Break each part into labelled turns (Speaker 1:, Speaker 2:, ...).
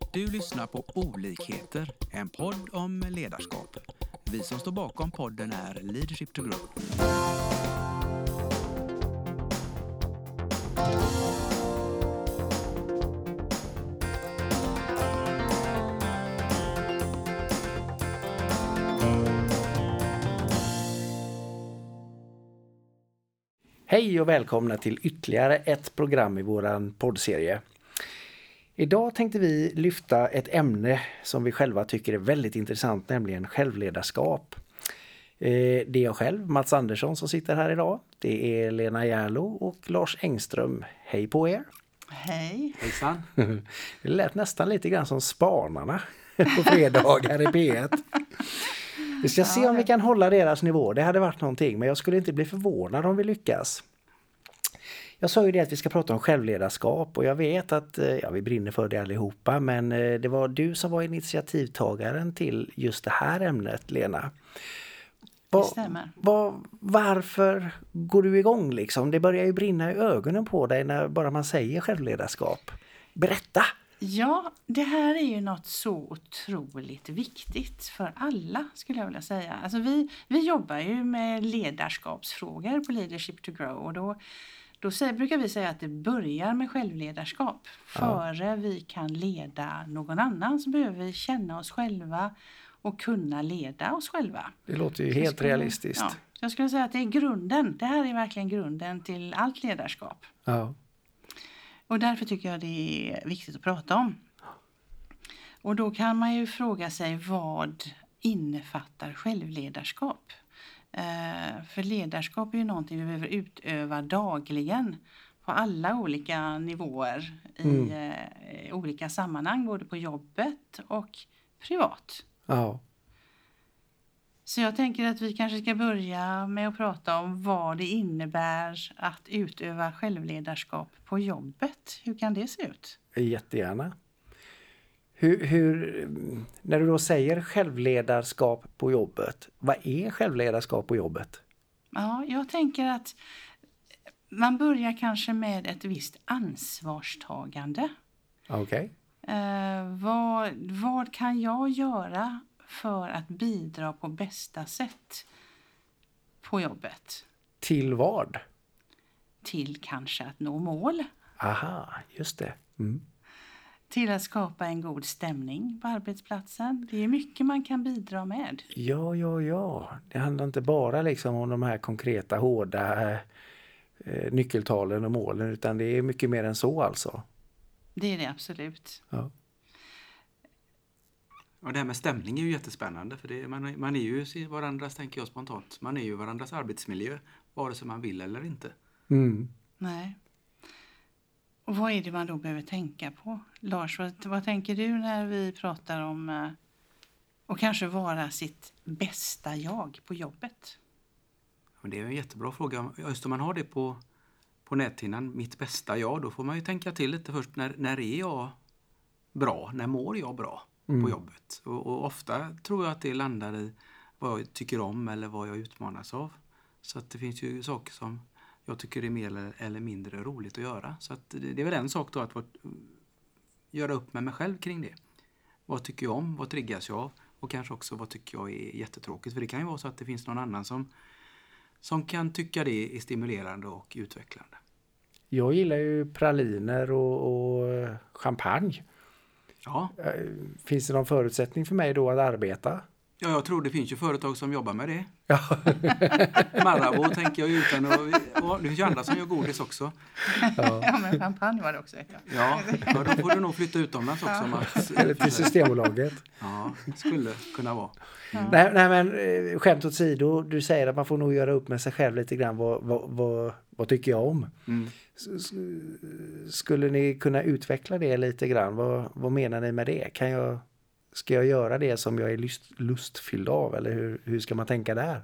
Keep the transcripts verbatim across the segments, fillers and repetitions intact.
Speaker 1: Du lyssnar på Olikheter, en podd om ledarskap. Vi som står bakom podden är Leadership to Grow.
Speaker 2: Hej och välkomna till ytterligare ett program i våran poddserie. Idag tänkte vi lyfta ett ämne som vi själva tycker är väldigt intressant, nämligen självledarskap. Det är jag själv, Mats Andersson, som sitter här idag. Det är Lena Järlo och Lars Engström. Hej på er!
Speaker 3: Hej!
Speaker 1: Hejsan!
Speaker 2: Det lät nästan lite grann som Spanarna på fredagar i P ett. Vi ska se om vi kan hålla deras nivå. Det hade varit någonting, men jag skulle inte bli förvånad om vi lyckas. Jag sa ju det att vi ska prata om självledarskap och jag vet att ja, vi brinner för det allihopa, men det var du som var initiativtagaren till just det här ämnet, Lena. Va,
Speaker 3: det stämmer.
Speaker 2: Va, varför går du igång liksom? Det börjar ju brinna i ögonen på dig när bara man säger självledarskap. Berätta!
Speaker 3: Ja, det här är ju något så otroligt viktigt för alla, skulle jag vilja säga. Alltså vi, vi jobbar ju med ledarskapsfrågor på Leadership to Grow och då, då säger, brukar vi säga att det börjar med självledarskap. Före ja. vi kan leda någon annan så behöver vi känna oss själva och kunna leda oss själva.
Speaker 2: Det låter ju
Speaker 3: så
Speaker 2: helt
Speaker 3: skulle,
Speaker 2: realistiskt.
Speaker 3: Ja, jag skulle säga att det är grunden. Det här är verkligen grunden till allt ledarskap.
Speaker 2: Ja.
Speaker 3: Och därför tycker jag det är viktigt att prata om. Och då kan man ju fråga sig vad innefattar självledarskap? Eh, för ledarskap är ju någonting vi behöver utöva dagligen på alla olika nivåer i mm. eh, olika sammanhang, både på jobbet och privat.
Speaker 2: Ja.
Speaker 3: Så jag tänker att vi kanske ska börja med att prata om vad det innebär att utöva självledarskap på jobbet. Hur kan det se ut?
Speaker 2: Jättegärna. Hur, hur, när du då säger självledarskap på jobbet, vad är självledarskap på jobbet?
Speaker 3: Ja, jag tänker att man börjar kanske med ett visst ansvarstagande.
Speaker 2: Okej.
Speaker 3: Okay. Eh, vad, vad kan jag göra för att bidra på bästa sätt på jobbet?
Speaker 2: Till vad?
Speaker 3: Till kanske att nå mål.
Speaker 2: Aha, just det. Mm.
Speaker 3: Till att skapa en god stämning på arbetsplatsen. Det är mycket man kan bidra med.
Speaker 2: Ja, ja, ja. Det handlar inte bara liksom om de här konkreta, hårda eh, nyckeltalen och målen, utan det är mycket mer än så alltså.
Speaker 3: Det är det absolut.
Speaker 2: Ja.
Speaker 1: Och det här med stämning är ju jättespännande, för det, man, man är ju varandras, tänker jag spontant, man är ju varandras arbetsmiljö, vare sig man vill eller inte.
Speaker 2: Mm.
Speaker 3: Nej. Och vad är det man då behöver tänka på? Lars, vad, vad tänker du när vi pratar om eh, och kanske vara sitt bästa jag på jobbet?
Speaker 1: Och det är en jättebra fråga. Just om man har det på, på näthinnan, mitt bästa jag, då får man ju tänka till lite först, när, när är jag bra, när mår jag bra? Mm. På jobbet. Och, och ofta tror jag att det landar i vad jag tycker om eller vad jag utmanas av. Så att det finns ju saker som jag tycker är mer eller, eller mindre roligt att göra. Så att det, det är väl en sak då att vara, göra upp med mig själv kring det. Vad tycker jag om? Vad triggas jag av? Och kanske också vad tycker jag är jättetråkigt. För det kan ju vara så att det finns någon annan som, som kan tycka det är stimulerande och utvecklande.
Speaker 2: Jag gillar ju praliner och, och champagne.
Speaker 1: Ja.
Speaker 2: Finns det någon förutsättning för mig då att arbeta?
Speaker 1: Ja, jag tror det finns ju företag som jobbar med det.
Speaker 2: Ja.
Speaker 1: Marabou tänker jag utan och, och det finns ju andra som gör godis också.
Speaker 3: Ja, ja men champagne var det också.
Speaker 1: Ja, ja, då får du nog flytta utomlands också. Mats.
Speaker 2: Eller till Systembolaget.
Speaker 1: Ja, skulle kunna vara.
Speaker 2: Mm. Nej, nej men skämt åt sido, du säger att man får nog göra upp med sig själv lite grann. Vad, vad, vad, vad tycker jag om? Mm. Skulle ni kunna utveckla det lite grann? Vad, vad menar ni med det? Kan jag, ska jag göra det som jag är lust, lustfylld av? Eller hur, hur ska man tänka där?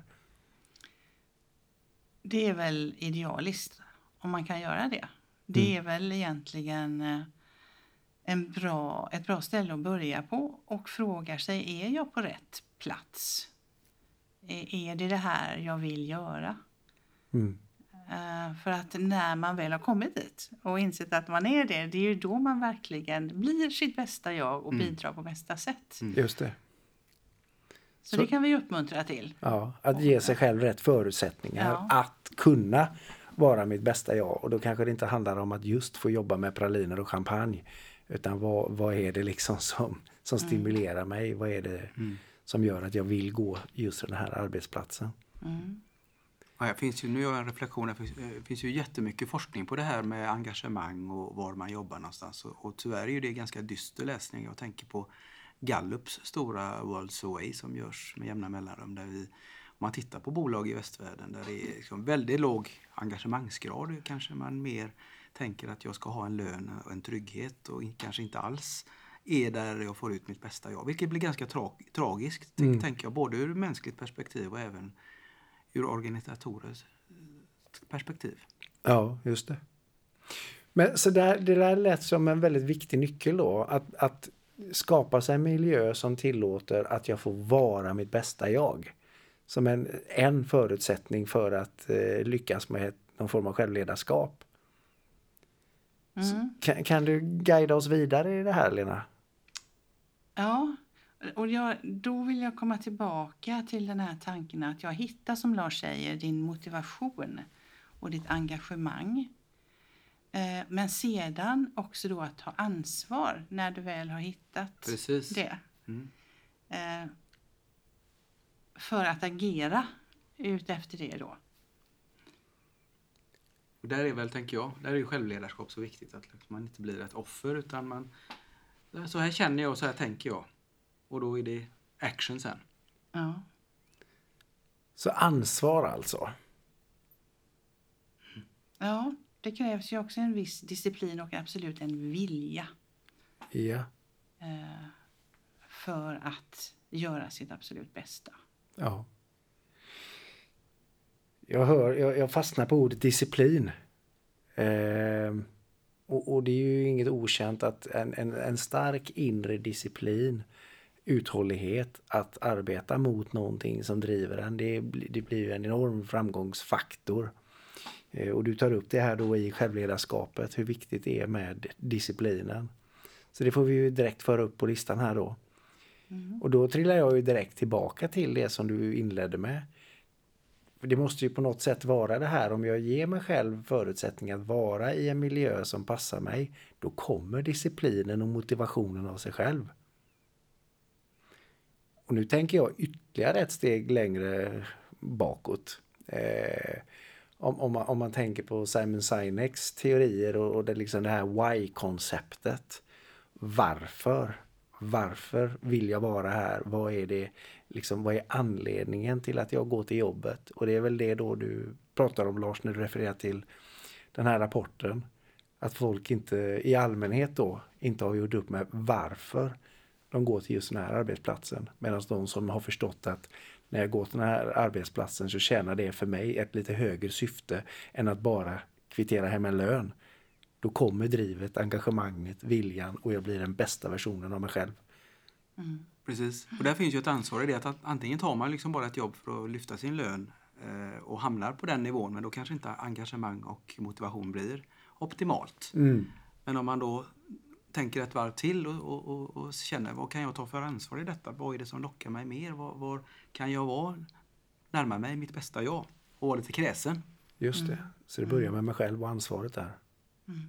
Speaker 3: Det är väl idealiskt om man kan göra det. Det är
Speaker 2: mm.
Speaker 3: väl egentligen en bra, ett bra ställe att börja på och fråga sig, är jag på rätt plats? Är det det här jag vill göra?
Speaker 2: Mm.
Speaker 3: Uh, för att när man väl har kommit dit och insett att man är det, det är ju då man verkligen blir sitt bästa jag och mm. bidrar på bästa sätt.
Speaker 2: Mm. Just det.
Speaker 3: Så, Så det kan vi uppmuntra till.
Speaker 2: Ja, att ge sig själv rätt förutsättningar ja. Att kunna vara mitt bästa jag. Och då kanske det inte handlar om att just få jobba med praliner och champagne. Utan vad, vad är det liksom som, som mm. stimulerar mig? Vad är det mm. som gör att jag vill gå just till den här arbetsplatsen?
Speaker 3: Mm.
Speaker 1: Ja, det finns ju, nu gör jag en reflektion, det finns, det finns ju jättemycket forskning på det här med engagemang och var man jobbar någonstans. Och, och tyvärr är ju det ganska dyster läsning. Jag tänker på Gallups stora World Survey som görs med jämna mellanrum. Där vi, om man tittar på bolag i västvärlden där det är liksom väldigt låg engagemangsgrad, kanske man mer tänker att jag ska ha en lön och en trygghet och kanske inte alls är där jag får ut mitt bästa jag. Vilket blir ganska tra- tragiskt, mm. tänker jag, både ur mänskligt perspektiv och även ur organisatorers perspektiv.
Speaker 2: Ja, just det. Men så där, det där lät som en väldigt viktig nyckel då. Att, att skapa sig en miljö som tillåter att jag får vara mitt bästa jag. Som en, en förutsättning för att eh, lyckas med ett, någon form av självledarskap. Mm. Kan, kan du guida oss vidare i det här, Lena?
Speaker 3: Ja, och jag, då vill jag komma tillbaka till den här tanken att jag hittar, som Lars säger, din motivation och ditt engagemang. Eh, men sedan också då att ta ansvar när du väl har hittat
Speaker 1: Precis.
Speaker 3: det.
Speaker 1: Mm.
Speaker 3: Eh, för att agera ut efter det då.
Speaker 1: Och där är väl, tänker jag, där är ju självledarskap så viktigt att liksom man inte blir ett offer utan man, så här känner jag och så här tänker jag. Och då är det action sen.
Speaker 3: Ja.
Speaker 2: Så ansvar alltså?
Speaker 3: Ja, det krävs ju också en viss disciplin och absolut en vilja.
Speaker 2: Ja.
Speaker 3: Eh, för att göra sitt absolut bästa.
Speaker 2: Ja. Jag hör, jag, jag fastnar på ordet disciplin. Eh, och, och det är ju inget okänt att en, en, en stark inre disciplin, uthållighet, att arbeta mot någonting som driver en, det, det blir en enorm framgångsfaktor. Eh, och du tar upp det här då i självledarskapet, hur viktigt det är med disciplinen. Så det får vi ju direkt föra upp på listan här då. Mm. Och då trillar jag ju direkt tillbaka till det som du inledde med. För det måste ju på något sätt vara det här, om jag ger mig själv förutsättning att vara i en miljö som passar mig, då kommer disciplinen och motivationen av sig själv. Och nu tänker jag ytterligare ett steg längre bakåt. Eh, om, om, man, om man tänker på Simon Sineks teorier och, och det, liksom det här why-konceptet. Varför? Varför vill jag vara här? Vad är det, liksom, vad är anledningen till att jag går till jobbet? Och det är väl det då du pratar om, Lars, när du refererar till den här rapporten. Att folk inte i allmänhet då inte har gjort upp med varför de går till just den här arbetsplatsen. Medan de som har förstått att när jag går till den här arbetsplatsen så tjänar det för mig ett lite högre syfte än att bara kvittera hem en lön. Då kommer drivet, engagemanget, viljan och jag blir den bästa versionen av mig själv.
Speaker 3: Mm.
Speaker 1: Precis. Och där finns ju ett ansvar i det att antingen tar man liksom bara ett jobb för att lyfta sin lön eh, och hamnar på den nivån, men då kanske inte engagemang och motivation blir optimalt.
Speaker 2: Mm.
Speaker 1: Men om man då tänker ett varv till och, och, och, och känner vad kan jag ta för ansvar i detta? Vad är det som lockar mig mer? Var, var kan jag vara närma mig mitt bästa jag? Och vara lite kräsen.
Speaker 2: Just det. Mm. Så det börjar med mig själv och ansvaret där.
Speaker 3: Mm.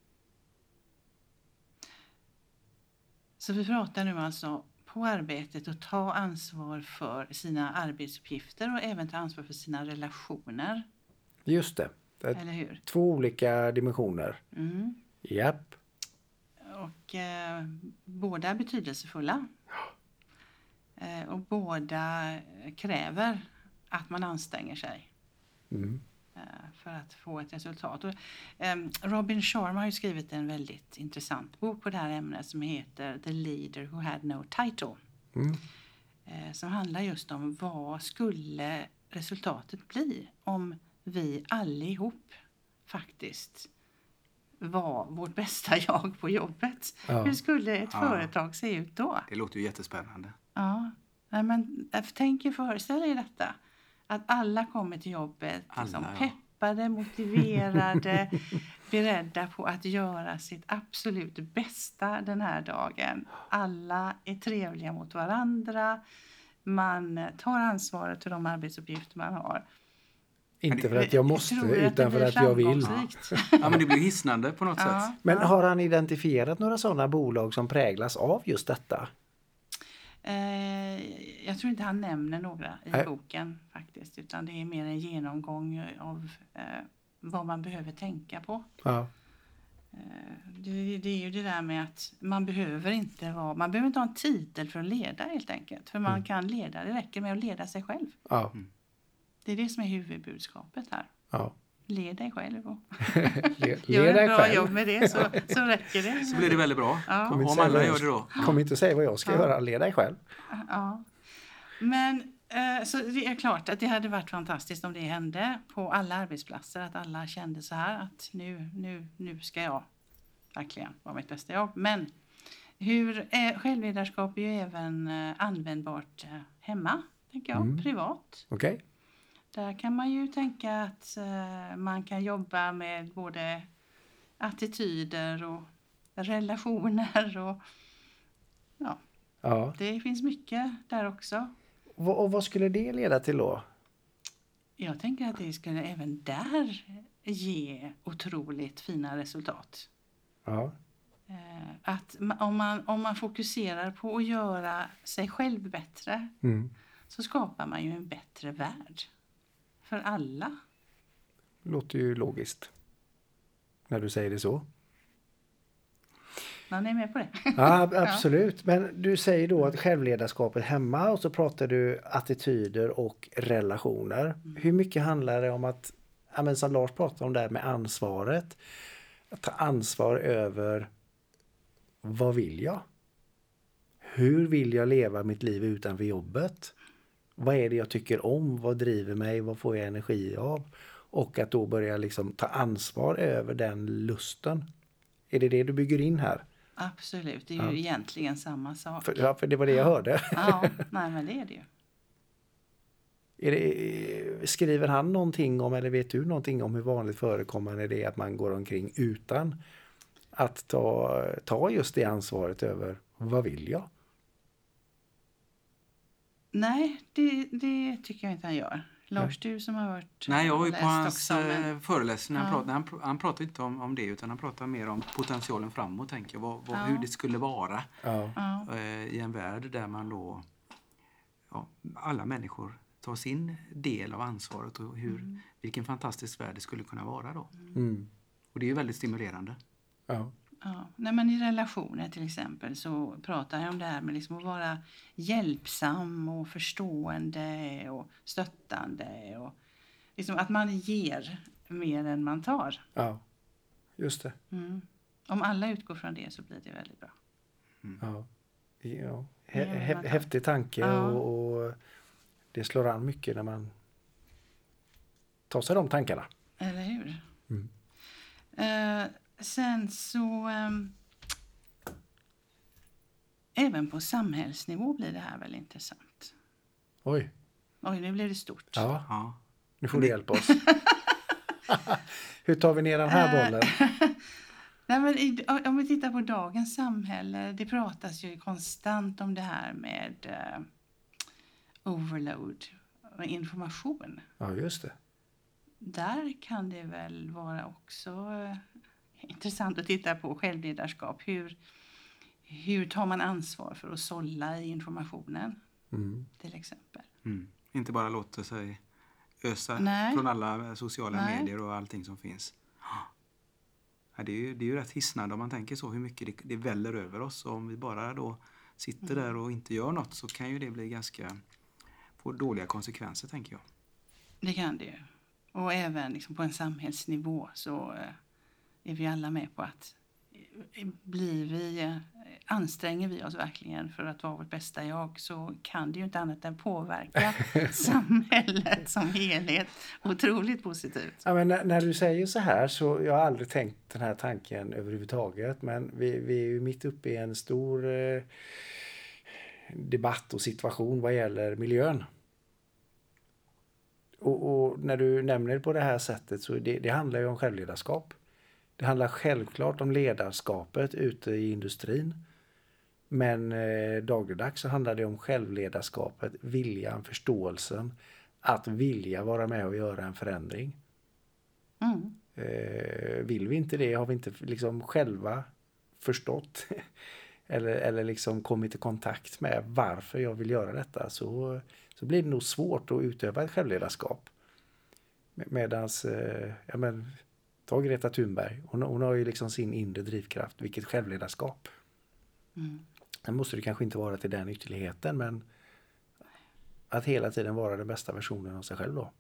Speaker 3: Så vi pratar nu alltså på arbetet att ta ansvar för sina arbetsuppgifter och även ta ansvar för sina relationer.
Speaker 2: Just det. Det är
Speaker 3: Eller hur?
Speaker 2: Två olika dimensioner.
Speaker 3: Mm.
Speaker 2: Japp.
Speaker 3: Och eh, båda är betydelsefulla. Eh, och båda kräver att man anstränger sig.
Speaker 2: Mm.
Speaker 3: För att få ett resultat. Och, um, Robin Sharma har ju skrivit en väldigt intressant bok på det här ämnet som heter The Leader Who Had No Title.
Speaker 2: Mm.
Speaker 3: Uh, som handlar just om vad skulle resultatet bli om vi allihop faktiskt var vårt bästa jag på jobbet.
Speaker 2: Ja.
Speaker 3: Hur skulle ett
Speaker 1: Ja.
Speaker 3: företag se ut då?
Speaker 1: Det låter ju jättespännande.
Speaker 3: Ja, men tänk er, föreställ er detta. Att alla kommer till jobbet liksom
Speaker 1: Alla, ja.
Speaker 3: peppade, motiverade, beredda på att göra sitt absolut bästa den här dagen. Alla är trevliga mot varandra. Man tar ansvaret för de arbetsuppgifter man har.
Speaker 2: Inte för att jag måste,
Speaker 3: jag
Speaker 2: utan för att jag vill.
Speaker 1: Ja. Ja, men det blir hisnande på något
Speaker 3: Ja.
Speaker 1: sätt.
Speaker 2: Men
Speaker 3: Ja.
Speaker 2: har han identifierat några sådana bolag som präglas av just detta?
Speaker 3: Eh, jag tror inte han nämner några i
Speaker 2: Nej.
Speaker 3: boken faktiskt. Utan det är mer en genomgång av eh, vad man behöver tänka på.
Speaker 2: Ja.
Speaker 3: Eh, det, det är ju det där med att man behöver inte vara, man behöver inte ha en titel för att leda helt enkelt. För man
Speaker 2: Mm.
Speaker 3: kan leda, det räcker med att leda sig själv.
Speaker 2: Ja.
Speaker 3: Det är det som är huvudbudskapet här.
Speaker 2: Ja.
Speaker 3: Led dig själv och
Speaker 2: Le,
Speaker 3: gör
Speaker 2: le
Speaker 3: ett
Speaker 2: dig
Speaker 3: bra
Speaker 2: själv.
Speaker 3: jobb med det så, så räcker det.
Speaker 1: Så blir det väldigt bra.
Speaker 3: Ja.
Speaker 2: Kom inte
Speaker 1: Om
Speaker 2: säga
Speaker 1: alla
Speaker 2: vad
Speaker 1: gör
Speaker 2: jag-
Speaker 1: det då.
Speaker 2: Kom inte säga vad jag ska
Speaker 3: Ja.
Speaker 2: göra, le dig själv.
Speaker 3: Ja. Men eh, så det är klart att det hade varit fantastiskt om det hände på alla arbetsplatser. Att alla kände så här att nu, nu, nu ska jag verkligen vara mitt bästa jag. Men hur, eh, självledarskap är ju även eh, användbart eh, hemma, tänker jag,
Speaker 2: Mm.
Speaker 3: privat.
Speaker 2: Okej?
Speaker 3: Där kan man ju tänka att eh, man kan jobba med både attityder och relationer och ja,
Speaker 2: Ja.
Speaker 3: det finns mycket där också.
Speaker 2: Och, och vad skulle det leda till då?
Speaker 3: Jag tänker att det skulle även där ge otroligt fina resultat.
Speaker 2: Ja.
Speaker 3: Eh, Att ma- om man, om man fokuserar på att göra sig själv bättre
Speaker 2: Mm.
Speaker 3: så skapar man ju en bättre värld för alla.
Speaker 2: Låter ju logiskt. När du säger det så.
Speaker 3: Man är med på det.
Speaker 2: Ja, ab- absolut. Men du säger då att självledarskapet hemma och så pratar du attityder och relationer. Hur mycket handlar det om att, ja, men som Lars pratar om där med ansvaret, att ta ansvar över vad vill jag? Hur vill jag leva mitt liv utanför jobbet? Vad är det jag tycker om? Vad driver mig? Vad får jag energi av? Och att då börja liksom ta ansvar över den lusten. Är det det du bygger in här?
Speaker 3: Absolut, det är ju
Speaker 2: Ja.
Speaker 3: egentligen samma sak.
Speaker 2: För, ja, för det var det jag hörde.
Speaker 3: Ja, nej men det är det ju.
Speaker 2: Är det, skriver han någonting om, eller vet du någonting om hur vanligt förekommande det är att man går omkring utan att ta, ta just det ansvaret över vad vill jag?
Speaker 3: Nej, det, det tycker jag inte han gör. Lars, du som har hört
Speaker 1: Nej, jag var ju
Speaker 3: och
Speaker 1: på
Speaker 3: läst
Speaker 1: hans
Speaker 3: också, men-
Speaker 1: eh, föreläsning. Han,
Speaker 3: Ja.
Speaker 1: pratade, han, pr- han pratade inte om, om det utan han pratade mer om potentialen framåt, tänker jag. Vad, vad,
Speaker 3: Ja.
Speaker 1: hur det skulle vara
Speaker 2: Ja.
Speaker 3: Ja.
Speaker 1: eh, i en värld där man då, ja, alla människor tar sin del av ansvaret och hur,
Speaker 3: Mm.
Speaker 1: vilken fantastisk värld det skulle kunna vara då.
Speaker 2: Mm.
Speaker 1: Och det är ju väldigt stimulerande.
Speaker 2: Ja.
Speaker 3: Ja. Nej, men i relationer till exempel så pratar jag om det här med liksom att vara hjälpsam och förstående och stöttande. Och liksom att man ger mer än man tar.
Speaker 2: Ja, just det.
Speaker 3: Mm. Om alla utgår från det så blir det väldigt bra.
Speaker 2: Ja. Ja.
Speaker 3: Ja,
Speaker 2: Hä- hä-
Speaker 3: vänta.
Speaker 2: häftig tanke
Speaker 3: Ja.
Speaker 2: och, och det slår an mycket när man tar sig de tankarna.
Speaker 3: Eller hur?
Speaker 2: Mm.
Speaker 3: Eh, sen så... ehm, även på samhällsnivå blir det här väl intressant.
Speaker 2: Oj,
Speaker 3: Oj, nu blev det stort.
Speaker 2: ja,
Speaker 1: Ja.
Speaker 2: nu får du hjälpa oss. Hur tar vi ner den här bollen?
Speaker 3: Nej, men i, om vi tittar på dagens samhälle, det pratas ju konstant om det här med eh, overload och information.
Speaker 2: Ja, just det.
Speaker 3: Där kan det väl vara också eh, intressant att titta på självledarskap. Hur, hur tar man ansvar för att sålla i informationen
Speaker 2: Mm.
Speaker 3: till exempel?
Speaker 1: Mm. Inte bara låta sig ösa
Speaker 3: Nej.
Speaker 1: från alla sociala
Speaker 3: Nej.
Speaker 1: medier och allting som finns. Ja, det, är ju, det är ju rätt hisnande om man tänker så, hur mycket det, det väller över oss. Och om vi bara då sitter
Speaker 3: Mm.
Speaker 1: där och inte gör något så kan ju det bli ganska, få dåliga konsekvenser, tänker jag.
Speaker 3: Det kan det ju. Och även liksom på en samhällsnivå så eh, är vi alla med på att eh, blir vi, eh, anstränger vi oss verkligen för att vara vårt bästa jag så kan det ju inte annat än påverka samhället som helhet otroligt positivt.
Speaker 2: Ja, men när, när du säger så här så jag har aldrig tänkt den här tanken överhuvudtaget, men vi, vi är ju mitt uppe i en stor eh, debatt och situation vad gäller miljön. Och, och när du nämner det på det här sättet så det, det handlar ju om självledarskap. Det handlar självklart om ledarskapet ute i industrin. Men eh, dagligdags så handlar det om självledarskapet, viljan, förståelsen. Att vilja vara med och göra en förändring.
Speaker 3: Mm.
Speaker 2: Eh, vill vi inte det, har vi inte liksom själva förstått eller, eller liksom kommit i kontakt med varför jag vill göra detta, så, så blir det nog svårt att utöva ett självledarskap. Medans, eh, ja men, ta Greta Thunberg, hon, hon har ju liksom sin inre drivkraft, vilket självledarskap.
Speaker 3: Mm.
Speaker 2: Sen måste det kanske inte vara till den ytterligheten, men att hela tiden vara den bästa versionen av sig själv då.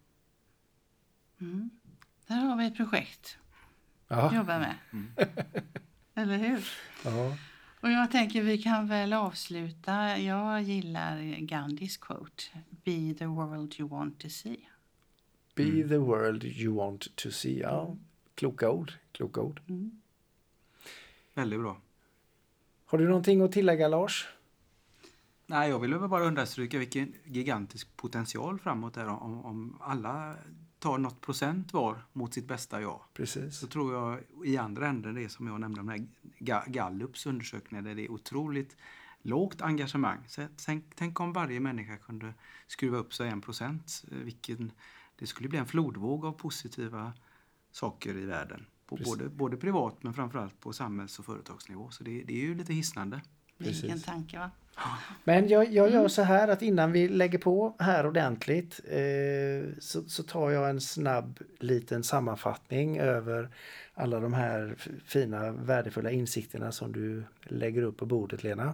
Speaker 3: Mm. Där har vi ett projekt
Speaker 2: Ja.
Speaker 3: att jobba med.
Speaker 1: Mm.
Speaker 3: Eller hur?
Speaker 2: Ja.
Speaker 3: Och jag tänker vi kan väl avsluta. Jag gillar Gandhis quote. Be the world you want to see.
Speaker 2: Be the world you want to see. Ja. Kloka ord. Kloka ord.
Speaker 3: Mm.
Speaker 1: Väldigt bra.
Speaker 2: Har du någonting att tillägga, Lars?
Speaker 1: Nej, jag vill väl bara understryka vilken gigantisk potential framåt är om, om alla tar något procent var mot sitt bästa jag.
Speaker 2: Precis.
Speaker 1: Så tror jag i andra änden det som jag nämnde, de här Gallups undersökningar där det är otroligt lågt engagemang. Så tänk, tänk om varje människa kunde skruva upp sig en procent. Vilken, det skulle bli en flodvåg av positiva saker i världen. På både, både privat men framförallt på samhälls- och företagsnivå. Så det, det är ju lite hisnande.
Speaker 2: Precis.
Speaker 3: Vilken tanke, va?
Speaker 2: Men jag, jag gör så här att innan vi lägger på här ordentligt eh, så, så tar jag en snabb liten sammanfattning över alla de här f- fina värdefulla insikterna som du lägger upp på bordet, Lena.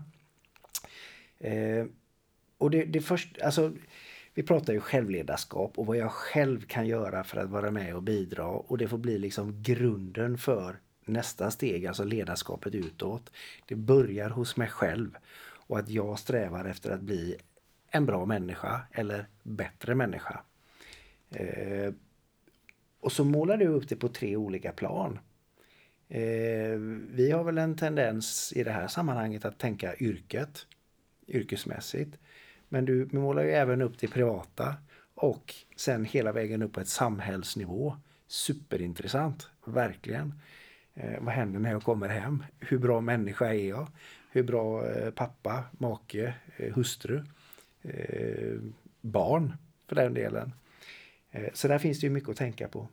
Speaker 2: Eh, och det, det först, alltså, vi pratar ju självledarskap och vad jag själv kan göra för att vara med och bidra, och det får bli liksom grunden för nästa steg, alltså ledarskapet utåt. Det börjar hos mig själv. Och att jag strävar efter att bli en bra människa eller bättre människa. Eh, och så målar du upp det på tre olika plan. Eh, vi har väl en tendens i det här sammanhanget att tänka yrket, yrkesmässigt. Men du målar ju även upp det privata och sen hela vägen upp på ett samhällsnivå. Superintressant, verkligen. Eh, vad händer när jag kommer hem? Hur bra människa är jag? Hur bra eh, pappa, make, eh, hustru, eh, barn för den delen. Eh, så där finns det ju mycket att tänka på.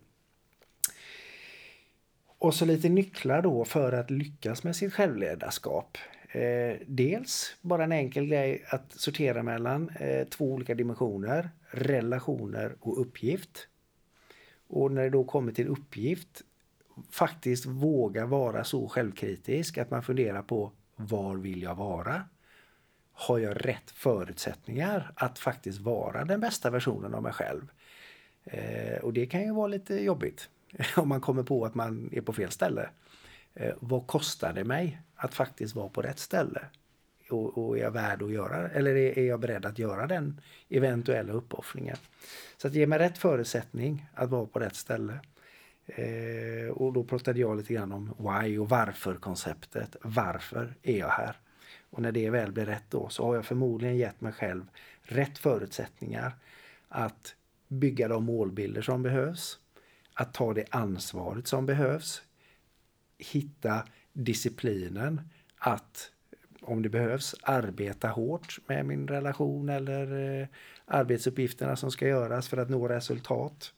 Speaker 2: Och så lite nycklar då för att lyckas med sitt självledarskap. Eh, dels bara en enkel grej att sortera mellan eh, två olika dimensioner, relationer och uppgift. Och när det då kommer till uppgift, faktiskt våga vara så självkritisk att man funderar på: var vill jag vara? Har jag rätt förutsättningar att faktiskt vara den bästa versionen av mig själv? Eh, och det kan ju vara lite jobbigt om man kommer på att man är på fel ställe. Eh, vad kostar det mig att faktiskt vara på rätt ställe? Och, och är jag värd att göra, eller är, är jag beredd att göra den eventuella uppoffringen? Så att ge mig rätt förutsättning att vara på rätt ställe. Eh, och då pratade jag lite grann om why och varför-konceptet. Varför är jag här? Och när det väl blir rätt då, så har jag förmodligen gett mig själv rätt förutsättningar att bygga de målbilder som behövs. Att ta det ansvaret som behövs. Hitta disciplinen att, om det behövs, arbeta hårt med min relation eller eh, arbetsuppgifterna som ska göras för att nå resultat.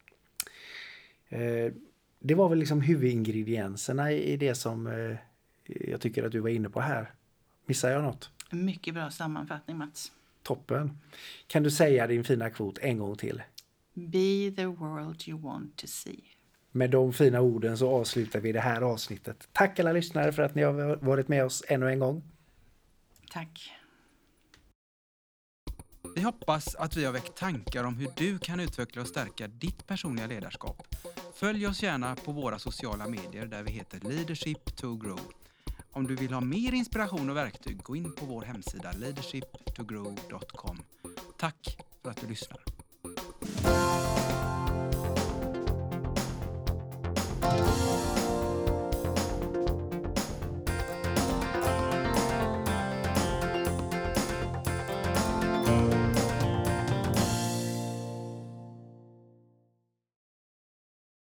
Speaker 2: Eh, det var väl liksom huvudingredienserna i, i det som eh, jag tycker att du var inne på här. Missar jag något?
Speaker 3: Mycket bra sammanfattning, Mats.
Speaker 2: Toppen. Kan du säga din fina kvot en gång till?
Speaker 3: Be the world you want to see.
Speaker 2: Med de fina orden så avslutar vi det här avsnittet. Tack alla lyssnare för att ni har varit med oss ännu en gång.
Speaker 3: Tack.
Speaker 1: Vi hoppas att vi har väckt tankar om hur du kan utveckla och stärka ditt personliga ledarskap. Följ oss gärna på våra sociala medier där vi heter Leadership to Grow. Om du vill ha mer inspiration och verktyg, gå in på vår hemsida leadership to grow dot com. Tack för att du lyssnar.